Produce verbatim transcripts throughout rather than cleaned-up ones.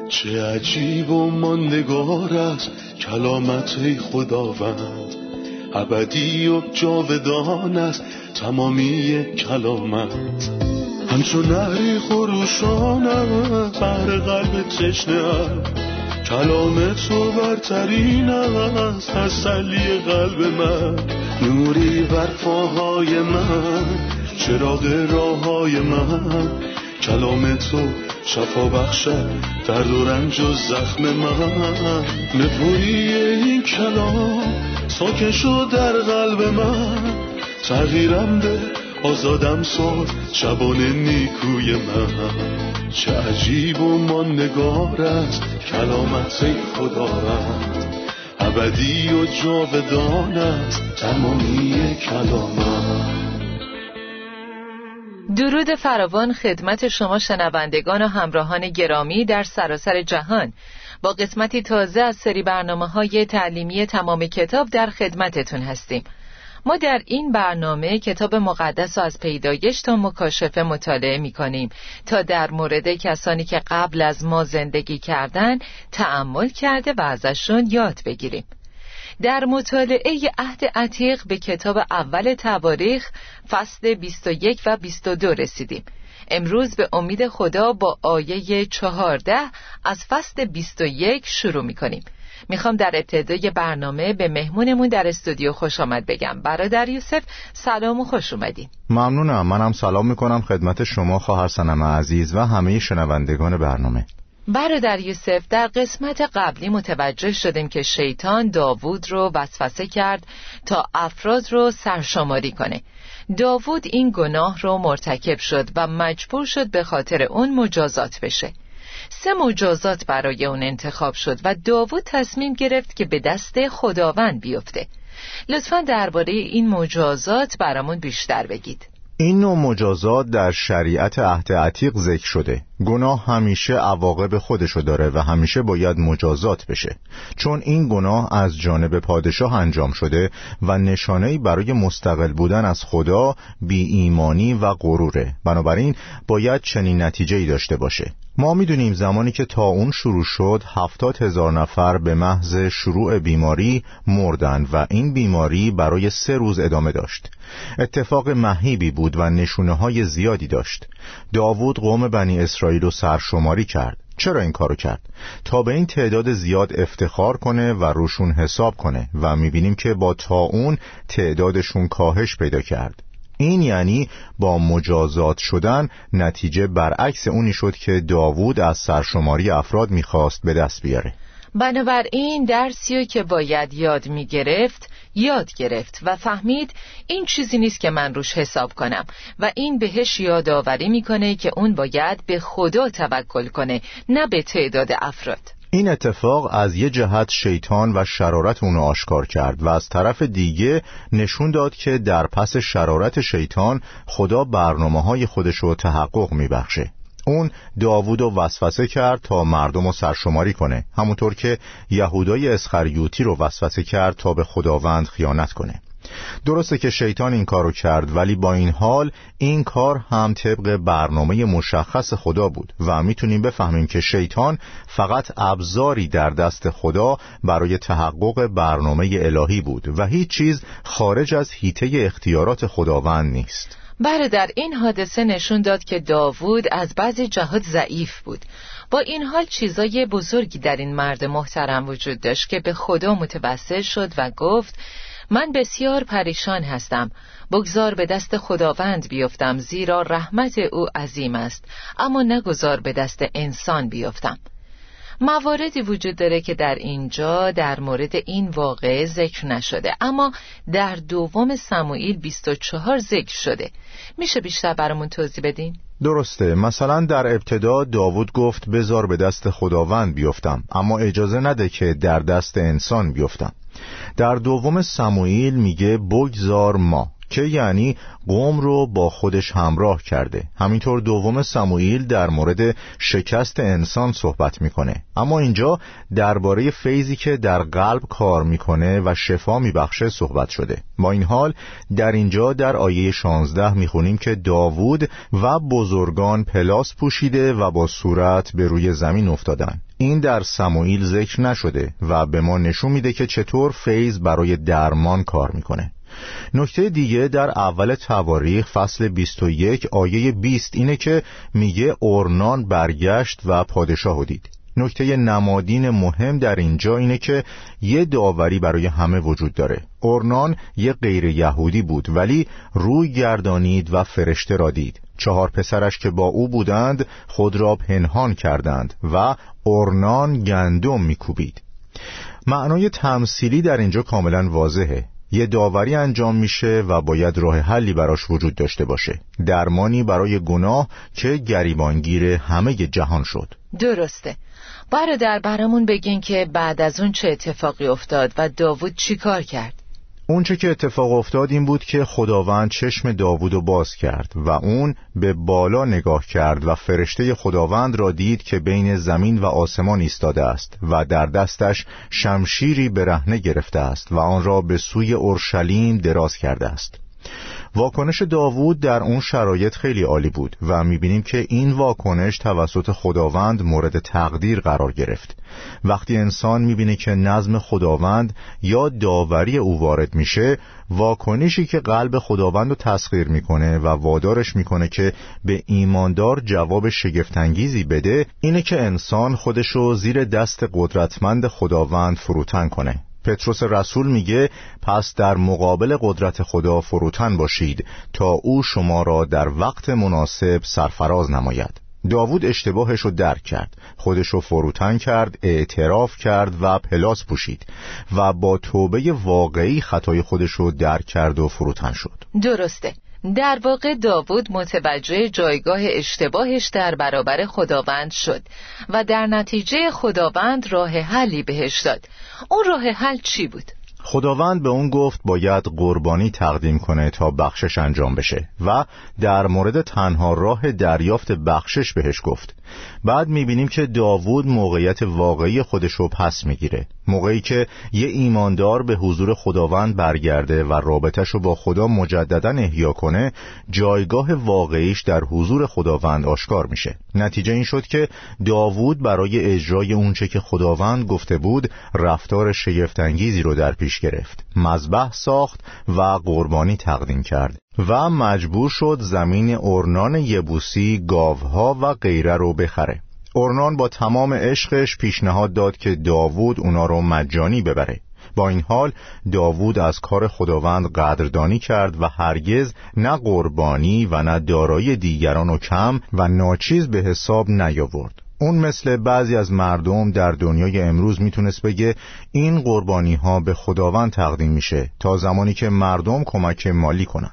چه عجیب و ماندگار است کلامت ای خداوند، ابدی و جاودان است تمامی کلامت. همچون نهری خروشانم بر قلب تشنه‌ام، کلام تو برترین است تسلی قلب من. نوری بر پاهای من، چراغ راههای من، کلام تو شفا بخشد درد و رنج و زخم من. نپویی این کلام ساکن شد در قلب من، تغییرم ده آزادم ساز شبان نیکوی من. چه عجیب و ماندگار است کلامت ای خداوند، ابدی و جاودان است تمامی کلامت. درود فراوان خدمت شما شنوندگان و همراهان گرامی در سراسر جهان. با قسمتی تازه از سری برنامه‌های تعلیمی تمام کتاب در خدمتتون هستیم. ما در این برنامه کتاب مقدس رو از پیدایش تا مکاشفه مطالعه می‌کنیم تا در مورد کسانی که قبل از ما زندگی کردن تأمل کرده و ازشون یاد بگیریم. در مطالعه عهد عتیق به کتاب اول تواریخ فصل بیست و یک و بیست و دو رسیدیم. امروز به امید خدا با آیه چهارده از فصل بیست و یک شروع می‌کنیم. میخوام در ابتدای برنامه به مهمونمون در استودیو خوش آمد بگم. برادر یوسف سلام و خوش اومدین. ممنونم. منم سلام میکنم خدمت شما خواهر صنم عزیز و همه شنوندگان برنامه. برادر یوسف، در قسمت قبلی متوجه شدیم که شیطان داوود رو وسوسه کرد تا افراد رو سرشماری کنه. داوود این گناه رو مرتکب شد و مجبور شد به خاطر اون مجازات بشه. سه مجازات برای اون انتخاب شد و داوود تصمیم گرفت که به دست خداوند بیفته. لطفاً درباره این مجازات برامون بیشتر بگید. این نوع مجازات در شریعت عهد عتیق ذکر شده. گناه همیشه عواقب خودشو داره و همیشه باید مجازات بشه، چون این گناه از جانب پادشاه انجام شده و نشانه‌ای برای مستقل بودن از خدا، بی ایمانی و غروره. بنابراین باید چنین نتیجه‌ای داشته باشه. ما میدونیم زمانی که طاعون شروع شد هفتاد هزار نفر به محض شروع بیماری مردند و این بیماری برای سه روز ادامه داشت. اتفاق مهیبی بود و نشونه‌های زیادی داشت. داوود قوم بنی اسرائیل رو سرشماری کرد. چرا این کارو کرد؟ تا به این تعداد زیاد افتخار کنه و روشون حساب کنه و میبینیم که با طاعون تعدادشون کاهش پیدا کرد. این یعنی با مجازات شدن نتیجه برعکس اونی شد که داوود از سرشماری افراد میخواست به دست بیاره. بنابراین درسیو که باید یاد میگرفت یاد گرفت و فهمید این چیزی نیست که من روش حساب کنم و این بهش یادآوری میکنه که اون باید به خدا توکل کنه، نه به تعداد افراد. این اتفاق از یه جهت شیطان و شرارت اونو آشکار کرد و از طرف دیگه نشون داد که در پس شرارت شیطان خدا برنامه‌های خودشو تحقق میبخشه. اون داوودو وسوسه کرد تا مردمو سرشماری کنه، همونطور که یهودای اسخریوطی رو وسوسه کرد تا به خداوند خیانت کنه. درسته که شیطان این کارو کرد، ولی با این حال این کار هم طبق برنامه مشخص خدا بود و میتونیم بفهمیم که شیطان فقط ابزاری در دست خدا برای تحقق برنامه الهی بود و هیچ چیز خارج از حیطه اختیارات خداوند نیست. برادر، این حادثه نشون داد که داوود از بعضی جهات ضعیف بود. با این حال چیزای بزرگی در این مرد محترم وجود داشت که به خدا متوسل شد و گفت من بسیار پریشان هستم، بگذار به دست خداوند بیفتم زیرا رحمت او عظیم است، اما نگذار به دست انسان بیفتم. مواردی وجود داره که در اینجا در مورد این واقعه ذکر نشده، اما در دوم سموئیل بیست و چهار ذکر شده. میشه بیشتر برامون توضیح بدین؟ درسته. مثلا در ابتدا داوود گفت بذار به دست خداوند بیفتم، اما اجازه نده که در دست انسان بیفتم. در دوم سموئیل میگه بگذار ما، که یعنی قوم رو با خودش همراه کرده. همینطور دوم سموئیل در مورد شکست انسان صحبت میکنه، اما اینجا درباره فیضی که در قلب کار میکنه و شفا میبخشه صحبت شده. با این حال در اینجا در آیه شانزده میخونیم که داوود و بزرگان پلاس پوشیده و با صورت به روی زمین افتادن. این در سموئیل ذکر نشده و به ما نشون میده که چطور فیض برای درمان کار میکنه. نکته دیگه در اول تواریخ فصل بیست و یک آیه بیست اینه که میگه اورنان برگشت و پادشاه دید. نکته نمادین مهم در اینجا اینه که یه داوری برای همه وجود داره. اورنان یه غیر یهودی بود ولی روی گردانید و فرشته را دید. چهار پسرش که با او بودند خود را پنهان کردند و اورنان گندم میکوبید. معنای تمثیلی در اینجا کاملا واضحه. یه داوری انجام میشه و باید راه حلی براش وجود داشته باشه، درمانی برای گناه که گریبانگیر همه جهان شد. درسته. برادر برامون بگین که بعد از اون چه اتفاقی افتاد و داوود چی کار کرد؟ اون چه که اتفاق افتاد این بود که خداوند چشم داوودو باز کرد و اون به بالا نگاه کرد و فرشته خداوند را دید که بین زمین و آسمان ایستاده است و در دستش شمشیری برهنه گرفته است و آن را به سوی اورشلیم دراز کرده است. واکنش داوود در اون شرایط خیلی عالی بود و میبینیم که این واکنش توسط خداوند مورد تقدیر قرار گرفت. وقتی انسان میبینه که نظم خداوند یا داوری او وارد میشه، واکنشی که قلب خداوند رو تسخیر میکنه و وادارش میکنه که به ایماندار جواب شگفت‌انگیزی بده، اینه که انسان خودشو زیر دست قدرتمند خداوند فروتن کنه. پتروس رسول میگه پس در مقابل قدرت خدا فروتن باشید تا او شما را در وقت مناسب سرفراز نماید. داوود اشتباهش رو درک کرد، خودش رو فروتن کرد، اعتراف کرد و پلاس پوشید و با توبه واقعی خطای خودش رو درک کرد و فروتن شد. درسته. در واقع داوود متوجه جایگاه اشتباهش در برابر خداوند شد و در نتیجه خداوند راه حلی بهش داد. اون راه حل چی بود؟ خداوند به اون گفت باید قربانی تقدیم کنه تا بخشش انجام بشه و در مورد تنها راه دریافت بخشش بهش گفت. بعد میبینیم که داوود موقعیت واقعی خودش رو پس میگیره، موقعی که یه ایماندار به حضور خداوند برگرده و رابطش رو با خدا مجددا احیا کنه، جایگاه واقعیش در حضور خداوند آشکار میشه. نتیجه این شد که داوود برای اجرای اونچه که خداوند گفته بود رفتار شگفت‌انگیزی رو در پیش گرفت. مذبح ساخت و قربانی تقدیم کرد و مجبور شد زمین اورنان یبوسی، گاوها و غیره رو بخره. اورنان با تمام عشقش پیشنهاد داد که داوود اونا رو مجانی ببره. با این حال داوود از کار خداوند قدردانی کرد و هرگز نه قربانی و نه دارایی دیگران رو کم و ناچیز به حساب نیاورد. اون مثل بعضی از مردم در دنیای امروز میتونست بگه این قربانی ها به خداوند تقدیم میشه تا زمانی که مردم کمک مالی کنن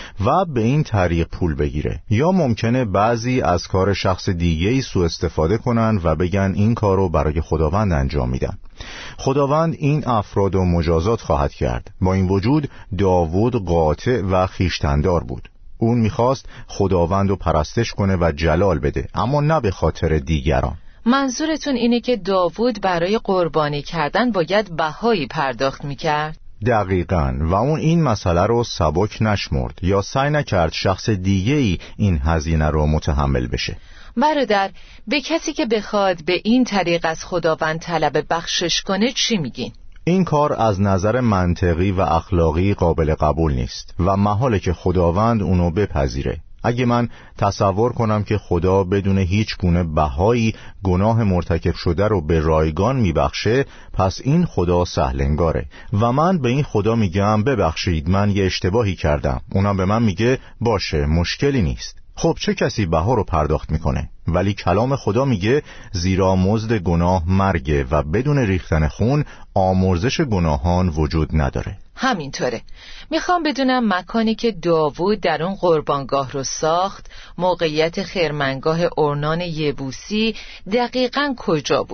و به این طریق پول بگیره، یا ممکنه بعضی از کار شخص دیگه‌ای سوء استفاده کنن و بگن این کارو برای خداوند انجام میدن. خداوند این افراد رو مجازات خواهد کرد. با این وجود داوود قاطع و خویشتن‌دار بود. اون میخواست خداوند رو پرستش کنه و جلال بده، اما نه به خاطر دیگران. منظورتون اینه که داوود برای قربانی کردن باید بهایی پرداخت میکرد؟ دقیقاً، و اون این مسئله رو سبک نشمرد یا سعی نکرد شخص دیگه‌ای این هزینه رو متحمل بشه. برادر، به کسی که بخواد به این طریق از خداوند طلب بخشش کنه چی میگین؟ این کار از نظر منطقی و اخلاقی قابل قبول نیست و محاله که خداوند اونو بپذیره. اگه من تصور کنم که خدا بدون هیچ گونه بهایی گناه مرتکب شده رو به رایگان میبخشه، پس این خدا سهلنگاره و من به این خدا میگم ببخشید من یه اشتباهی کردم، اونم به من میگه باشه مشکلی نیست. خب چه کسی بها رو پرداخت میکنه؟ ولی کلام خدا میگه زیرا مزد گناه مرگه و بدون ریختن خون آمرزش گناهان وجود نداره. همینطوره. میخوام بدونم مکانی که داوود در اون قربانگاه رو ساخت، موقعیت خرمنگاه اورنان یبوسی، دقیقاً کجا بود؟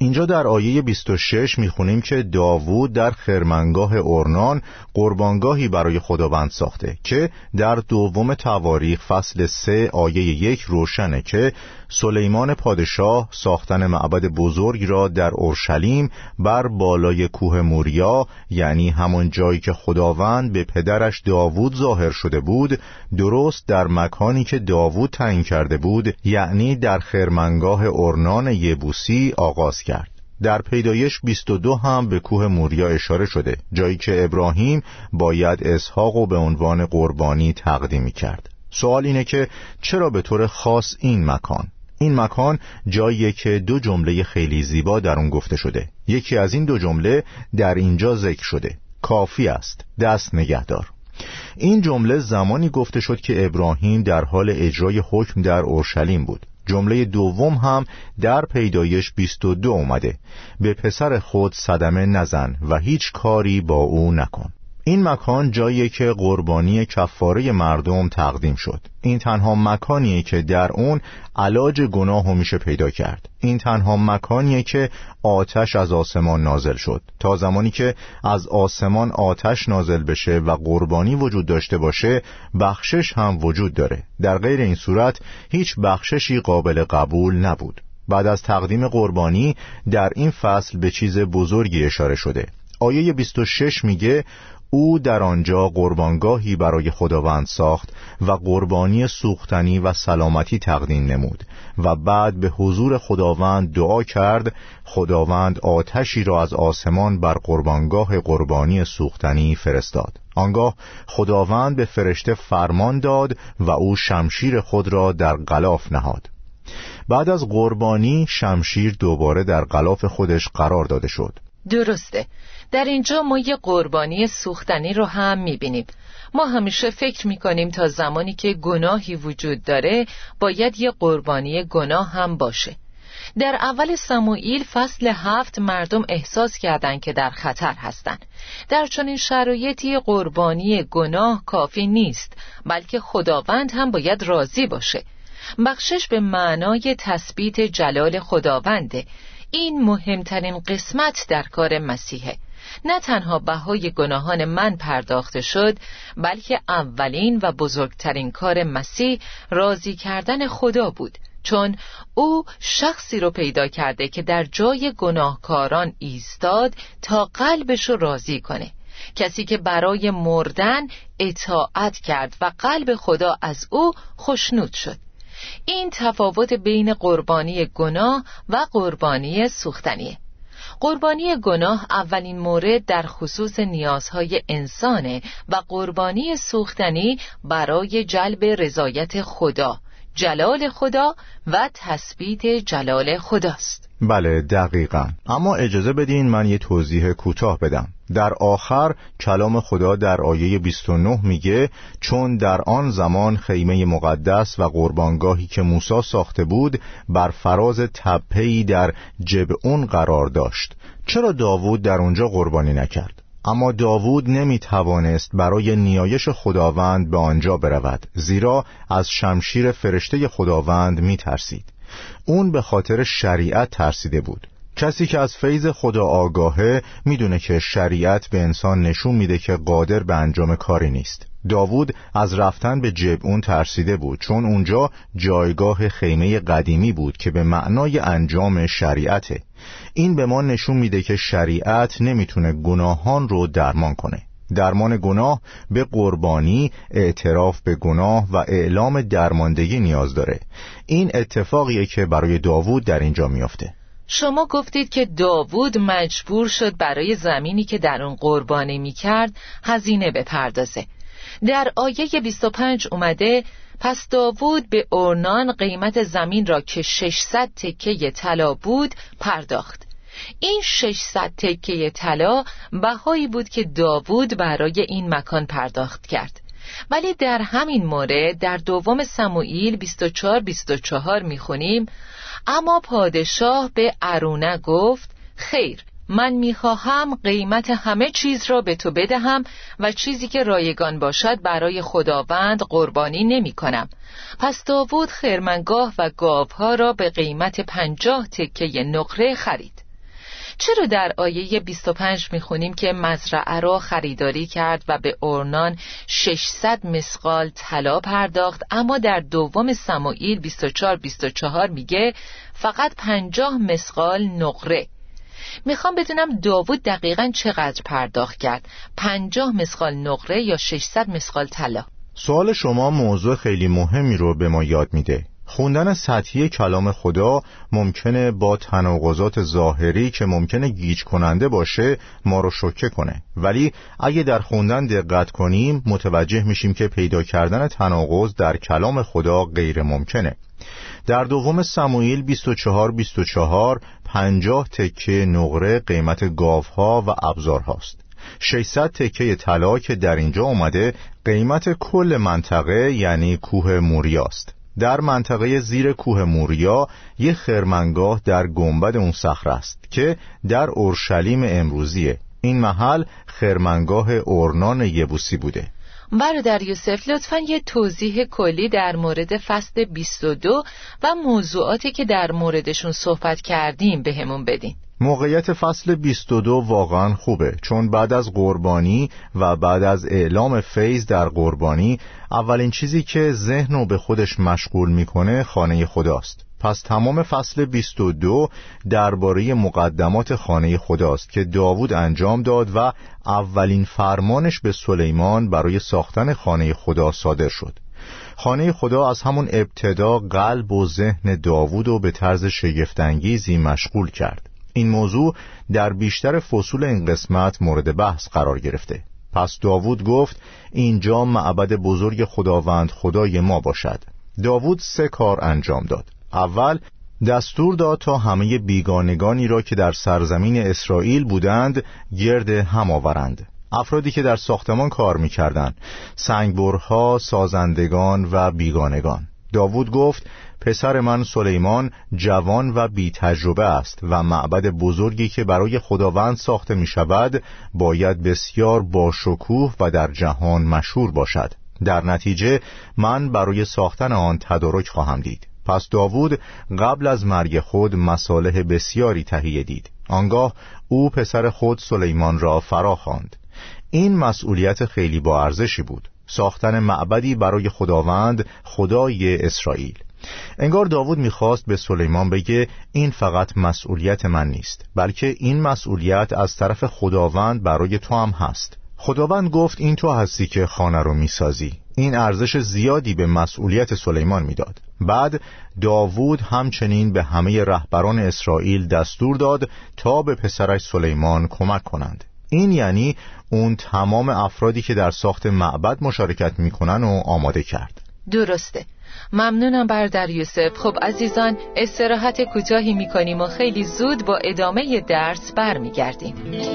اینجا در آیه بیست و شش میخونیم که داوود در خرمنگاه اورنان قربانگاهی برای خداوند ساخته که در دوم تواریخ فصل سه آیه یک روشنه که سلیمان پادشاه ساختن معبد بزرگ را در اورشلیم بر بالای کوه موریا، یعنی همون جایی که خداوند به پدرش داوود ظاهر شده بود، درست در مکانی که داوود تعیین کرده بود، یعنی در خرمنگاه اورنان یبوسی آغاز کرد. در پیدایش بیست و دو هم به کوه موریا اشاره شده، جایی که ابراهیم باید اسحاق به عنوان قربانی تقدیم کرد. سوال اینه که چرا به طور خاص این مکان؟ این مکان جاییه که دو جمله خیلی زیبا در اون گفته شده. یکی از این دو جمله در اینجا ذکر شده: کافی است، دست نگهدار. این جمله زمانی گفته شد که ابراهیم در حال اجرای حکم در اورشلیم بود. جمله دوم هم در پیدایش بیست و دو اومده: به پسر خود صدمه نزن و هیچ کاری با او نکن. این مکان جاییه که قربانی کفاره مردم تقدیم شد. این تنها مکانیه که در اون علاج گناهو میشه پیدا کرد. این تنها مکانیه که آتش از آسمان نازل شد. تا زمانی که از آسمان آتش نازل بشه و قربانی وجود داشته باشه، بخشش هم وجود داره. در غیر این صورت هیچ بخششی قابل قبول نبود. بعد از تقدیم قربانی در این فصل به چیز بزرگی اشاره شده. آیه بیست و شش میگه او در آنجا قربانگاهی برای خداوند ساخت و قربانی سوختنی و سلامتی تقدیم نمود و بعد به حضور خداوند دعا کرد. خداوند آتشی را از آسمان بر قربانگاه قربانی سوختنی فرستاد. آنگاه خداوند به فرشته فرمان داد و او شمشیر خود را در غلاف نهاد. بعد از قربانی شمشیر دوباره در غلاف خودش قرار داده شد. درسته. در اینجا ما یه قربانی سوختنی رو هم میبینیم. ما همیشه فکر میکنیم تا زمانی که گناهی وجود داره باید یه قربانی گناه هم باشه. در اول سموئیل فصل هفت مردم احساس کردند که در خطر هستند. در چنین شرایطی قربانی گناه کافی نیست، بلکه خداوند هم باید راضی باشه. بخشش به معنای تثبیت جلال خداونده. این مهمترین قسمت در کار مسیحه. نه تنها بهای گناهان من پرداخته شد، بلکه اولین و بزرگترین کار مسیح راضی کردن خدا بود، چون او شخصی رو پیدا کرده که در جای گناهکاران ایستاد تا قلبش رو راضی کنه. کسی که برای مردن اطاعت کرد و قلب خدا از او خوشنود شد. این تفاوت بین قربانی گناه و قربانی سوختنیه. قربانی گناه اولین مورد در خصوص نیازهای انسانه و قربانی سوختنی برای جلب رضایت خدا، جلال خدا و تثبیت جلال خداست. بله دقیقاً. اما اجازه بدین من یه توضیح کوتاه بدم. در آخر کلام خدا در آیه بیست و نه میگه چون در آن زمان خیمه مقدس و قربانگاهی که موسی ساخته بود بر فراز تپه‌ای در جبعون قرار داشت. چرا داوود در اونجا قربانی نکرد؟ اما داوود نمی توانست برای نیایش خداوند به آنجا برود، زیرا از شمشیر فرشته خداوند می ترسید. اون به خاطر شریعت ترسیده بود. کسی که از فیض خدا آگاهه میدونه که شریعت به انسان نشون میده که قادر به انجام کاری نیست. داوود از رفتن به جبعون ترسیده بود، چون اونجا جایگاه خیمه قدیمی بود که به معنای انجام شریعته. این به ما نشون میده که شریعت نمیتونه گناهان رو درمان کنه. درمان گناه به قربانی، اعتراف به گناه و اعلام درماندگی نیاز داره. این اتفاقیه که برای داوود در اینجا میافته. شما گفتید که داوود مجبور شد برای زمینی که در اون قربانی میکرد هزینه بپردازه. در آیه بیست و پنج اومده پس داوود به اورنان قیمت زمین را که ششصد تکه طلا بود پرداخت. این ششصد تکه طلا بهایی بود که داوود برای این مکان پرداخت کرد. ولی در همین مورد در دوم سموئیل بیست و چهار بیست و چهار میخونیم اما پادشاه به ارونه گفت خیر، من میخواهم قیمت همه چیز را به تو بدهم و چیزی که رایگان باشد برای خداوند قربانی نمی کنم. پس داوود خرمنگاه و گاوها را به قیمت پنجاه تکه نقره خرید. چرا در آیه بیست و پنج میخونیم که مزرعه را خریداری کرد و به اورنان ششصد مسقال طلا پرداخت، اما در دوم سموئیل بیست و چهار بیست و چهار میگه فقط پنجاه مسقال نقره؟ میخوام بدونم داوود دقیقاً چقدر پرداخت کرد، پنجاه مسقال نقره یا ششصد مسقال طلا؟ سوال شما موضوع خیلی مهمی رو به ما یاد میده. خوندن سطحی کلام خدا ممکنه با تناقضات ظاهری که ممکنه گیج کننده باشه ما رو شوکه کنه، ولی اگه در خوندن دقت کنیم متوجه میشیم که پیدا کردن تناقض در کلام خدا غیر ممکنه. در دوم سموئیل بیست و چهار بیست و چهار پنجاه تکه نقره قیمت گاوها و ابزارهاست. ششصد تکه طلا که در اینجا اومده قیمت کل منطقه یعنی کوه موریاست. در منطقه زیر کوه موریا یک خرمنگاه در گنبد اون صخره است که در اورشلیم امروزیه. این محل خرمنگاه اورنان یبوسی بوده. برادر یوسف لطفاً یه توضیح کلی در مورد فصل بیست و دو و موضوعاتی که در موردشون صحبت کردیم به همون بدین. موقعیت فصل بیست و دو واقعا خوبه، چون بعد از قربانی و بعد از اعلام فیض در قربانی اولین چیزی که ذهن رو به خودش مشغول میکنه خانه خداست. پس تمام فصل بیست و دو درباره مقدمات خانه خداست که داوود انجام داد و اولین فرمانش به سلیمان برای ساختن خانه خدا صادر شد. خانه خدا از همون ابتدا قلب و ذهن داوود رو به طرز شگفت‌انگیزی مشغول کرد. این موضوع در بیشتر فصول این قسمت مورد بحث قرار گرفته. پس داوود گفت اینجا معبد بزرگ خداوند خدای ما باشد. داوود سه کار انجام داد. اول دستور داد تا همه بیگانگانی را که در سرزمین اسرائیل بودند گرد هم آورند. افرادی که در ساختمان کار می‌کردند، سنگبرها، سازندگان و بیگانگان. داوود گفت پسر من سلیمان جوان و بی تجربه است و معبد بزرگی که برای خداوند ساخته می شود باید بسیار باشکوه و در جهان مشهور باشد. در نتیجه من برای ساختن آن تدارک خواهم دید. پس داوود قبل از مرگ خود مصالح بسیاری تهیه دید. آنگاه او پسر خود سلیمان را فرا خواند. این مسئولیت خیلی با ارزشی بود، ساختن معبدی برای خداوند خدای اسرائیل. انگار داوود میخواست به سلیمان بگه این فقط مسئولیت من نیست، بلکه این مسئولیت از طرف خداوند برای تو هم هست. خداوند گفت این تو هستی که خانه رو میسازی. این ارزش زیادی به مسئولیت سلیمان میداد. بعد داوود همچنین به همه رهبران اسرائیل دستور داد تا به پسرش سلیمان کمک کنند. این یعنی اون تمام افرادی که در ساخت معبد مشارکت میکنن و آماده کرد. درسته. ممنونم برادر یوسف. خب عزیزان، استراحت کوتاهی میکنیم و خیلی زود با ادامه درس برمیگردیم.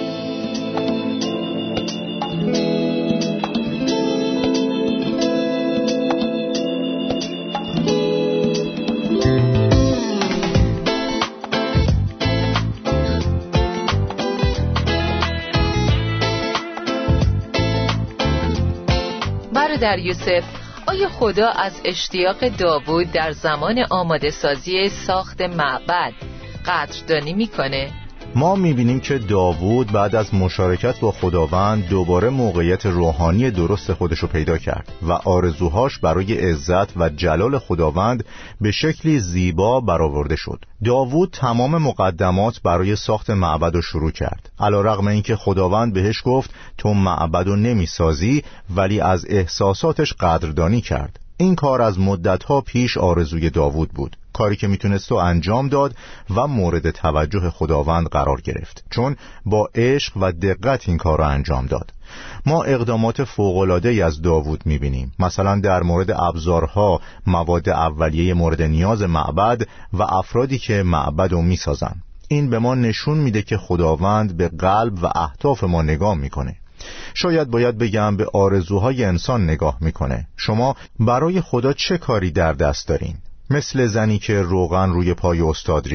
برادر یوسف، آیا خدا از اشتیاق داوود در زمان آماده سازی ساخت معبد قدردانی میکنه؟ ما میبینیم که داوود بعد از مشارکت با خداوند دوباره موقعیت روحانی درست خودشو پیدا کرد و آرزوهاش برای عزت و جلال خداوند به شکلی زیبا برآورده شد. داوود تمام مقدمات برای ساخت معبد رو شروع کرد، علیرغم اینکه خداوند بهش گفت تو معبد رو نمیسازی، ولی از احساساتش قدردانی کرد. این کار از مدتها پیش آرزوی داوود بود، کاری که میتونست رو انجام داد و مورد توجه خداوند قرار گرفت، چون با عشق و دقت این کار رو انجام داد. ما اقدامات فوق‌العاده‌ای از داوود میبینیم، مثلا در مورد ابزارها، مواد اولیه مورد نیاز معبد و افرادی که معبد رو میسازن. این به ما نشون میده که خداوند به قلب و اهداف ما نگاه میکنه. شاید باید بگم به آرزوهای انسان نگاه میکنه. شما برای خدا چه کاری در دست دارین؟ مثل زنی که روغن روی پای استاد ریخت.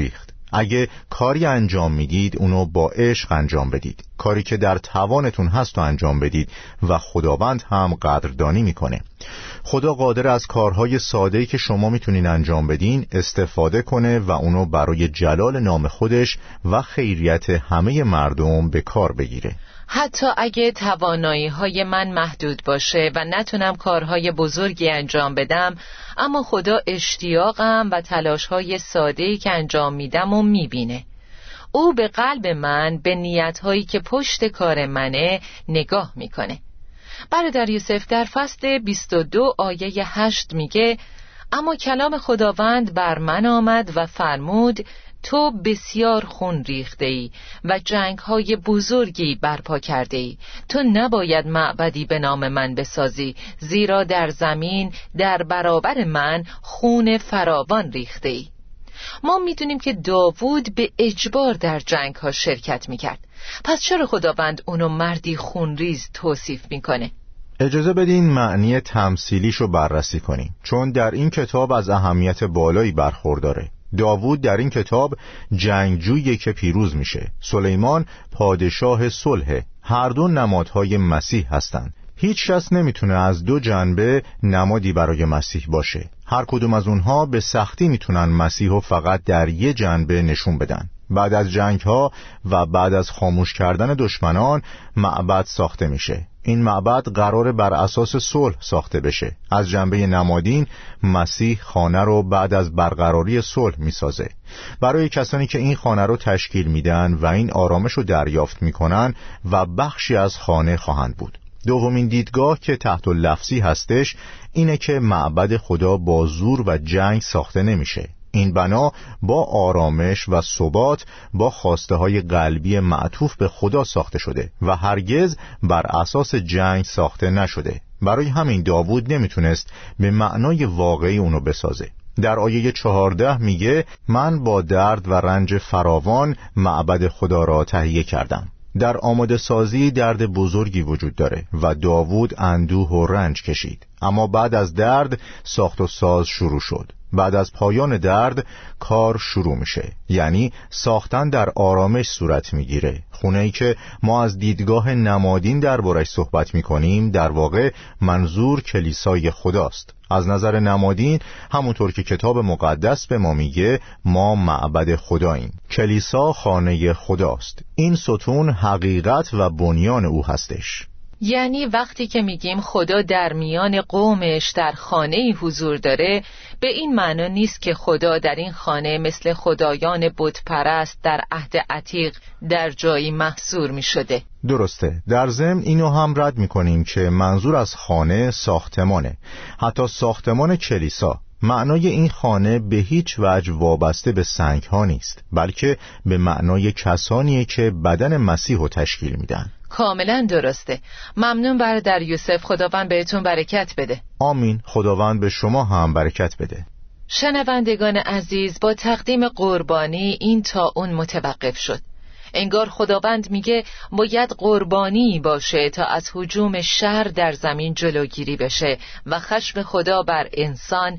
اگه کاری انجام میدید اونو با عشق انجام بدید، کاری که در توانتون هست رو انجام بدید و خداوند هم قدردانی میکنه. خدا قادر از کارهای ساده‌ای که شما میتونین انجام بدین استفاده کنه و اونو برای جلال نام خودش و خیریت همه مردم به کار بگیره. حتی اگه توانایی های من محدود باشه و نتونم کارهای بزرگی انجام بدم، اما خدا اشتیاقم و تلاش های ساده‌ای که انجام میدم و میبینه. او به قلب من، به نیت هایی که پشت کار منه نگاه میکنه. برادر یوسف در فصل بیست و دو آیه هشت میگه: اما کلام خداوند بر من آمد و فرمود تو بسیار خون ریخته ای و جنگ های بزرگی برپا کرده ای. تو نباید معبدی به نام من بسازی، زیرا در زمین در برابر من خون فراوان ریخته ای. ما میدونیم که داوود به اجبار در جنگ ها شرکت میکرد. پس چرا خداوند اونو مردی خونریز توصیف میکنه؟ اجازه بدین معنی تمثیلیشو بررسی کنیم، چون در این کتاب از اهمیت بالایی برخورداره. داوود در این کتاب جنگجویی که پیروز میشه. سلیمان پادشاه صلح. هر دو نمادهای مسیح هستند. هیچ کس نمیتونه از دو جنبه نمادی برای مسیح باشه. هر کدوم از اونها به سختی میتونن مسیحو فقط در یه جنبه نشون بدن. بعد از جنگ ها و بعد از خاموش کردن دشمنان معبد ساخته میشه. این معبد قراره بر اساس صلح ساخته بشه. از جنبه نمادین مسیح خانه رو بعد از برقراری صلح میسازه. برای کسانی که این خانه رو تشکیل میدن و این آرامش رو دریافت میکنن و بخشی از خانه خواهند بود. دومین دیدگاه که تحت لفظی هستش اینه که معبد خدا با زور و جنگ ساخته نمیشه. این بنا با آرامش و ثبات با خواسته های قلبی معطوف به خدا ساخته شده و هرگز بر اساس جنگ ساخته نشده. برای همین داوود نمیتونست به معنای واقعی اونو بسازه. در آیه چهارده میگه من با درد و رنج فراوان معبد خدا را تهیه کردم. در آماده سازی درد بزرگی وجود داره و داوود اندوه و رنج کشید. اما بعد از درد ساخت و ساز شروع شد. بعد از پایان درد کار شروع میشه، یعنی ساختن در آرامش صورت میگیره. خونه‌ای که ما از دیدگاه نمادین دربارش صحبت میکنیم در واقع منظور کلیسای خداست. از نظر نمادین همونطور که کتاب مقدس به ما میگه ما معبد خداییم. کلیسا خانه خداست. این ستون حقیقت و بنیان او هستش. یعنی وقتی که میگیم خدا در میان قومش در خانه‌ای حضور داره، به این معنا نیست که خدا در این خانه مثل خدایان بت پرست در عهد عتیق در جایی محصور میشده. درسته. در ضمن اینو هم رد میکنیم که منظور از خانه ساختمانه، حتی ساختمان کلیسا. معنای این خانه به هیچ وجه وابسته به سنگ ها نیست، بلکه به معنای کسانیه که بدن مسیح رو تشکیل میدن. کاملا درسته. ممنون برادر یوسف، خداوند بهتون برکت بده. آمین. خداوند به شما هم برکت بده. شنوندگان عزیز، با تقدیم قربانی این طاعون متوقف شد. انگار خداوند میگه باید قربانی باشه تا از هجوم شر در زمین جلوگیری بشه و خشم خدا بر انسان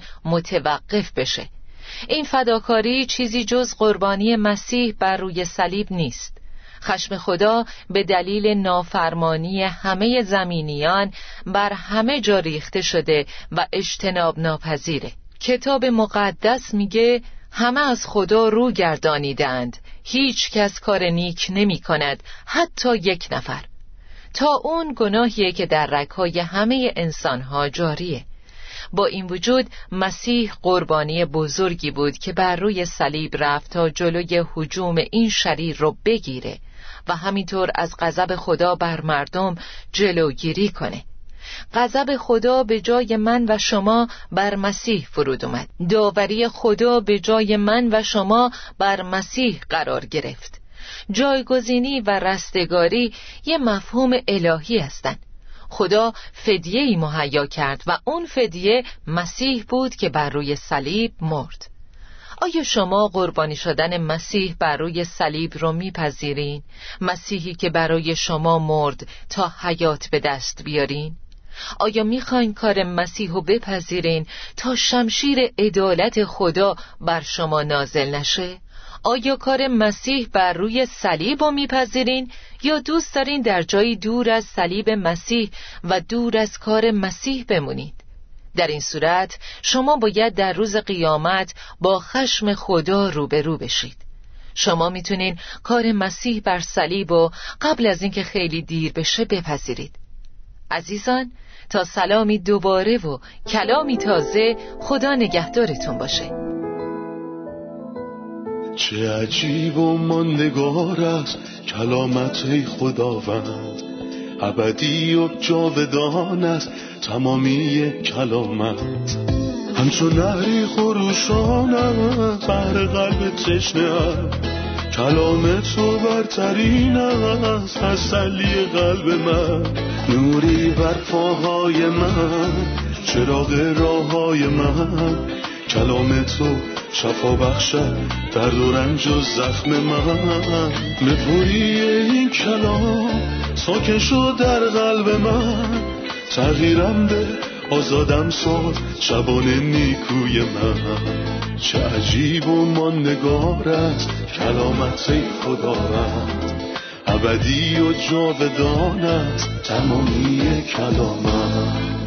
متوقف بشه. این فداکاری چیزی جز قربانی مسیح بر روی صلیب نیست. خشم خدا به دلیل نافرمانی همه زمینیان بر همه جا ریخته شده و اجتناب ناپذیره. کتاب مقدس میگه همه از خدا رو گردانیدند، هیچ کس کار نیک نمی کند، حتی یک نفر. تا اون گناهیه که در رگ‌های همه انسانها جاریه. با این وجود مسیح قربانی بزرگی بود که بر روی صلیب رفت تا جلوی هجوم این شریر رو بگیره و همینطور از غضب خدا بر مردم جلوگیری کنه. غضب خدا به جای من و شما بر مسیح فرود اومد. داوری خدا به جای من و شما بر مسیح قرار گرفت. جایگزینی و رستگاری یه مفهوم الهی هستند. خدا فدیه‌ای مهیا کرد و اون فدیه مسیح بود که بر روی صلیب مرد. آیا شما قربانی شدن مسیح بر روی صلیب رو میپذیرین؟ مسیحی که برای شما مرد تا حیات به دست بیارین؟ آیا میخواین کار مسیح رو بپذیرین تا شمشیر عدالت خدا بر شما نازل نشه؟ آیا کار مسیح بر روی صلیب رو میپذیرین یا دوست دارین در جایی دور از صلیب مسیح و دور از کار مسیح بمونید؟ در این صورت شما باید در روز قیامت با خشم خدا روبرو بشید. شما میتونین کار مسیح بر صلیب رو قبل از اینکه خیلی دیر بشه بپذیرید. عزیزان، تا سلامی دوباره و کلامی تازه، خدا نگهدارتون باشه. چه عجیب و ماندگار است کلامت ای خداوند، ابدی و جاودان است تمامی کلامت. همچون نهری خروشان است بر قلب تشنه است، کلام تو برترین است تسلی قلب من. نوری بر پاهای من، چراغ راههای من، کلام تو شفا بخشد درد و رنج و زخم من. نپوری این کلام ساکن شد در قلب من، تغییرم ده آزادم ساز شبان نیکوی من. چه عجیب و ماندگار است کلامت ای خداوند، ابدی و جاودان است تمامی کلامت.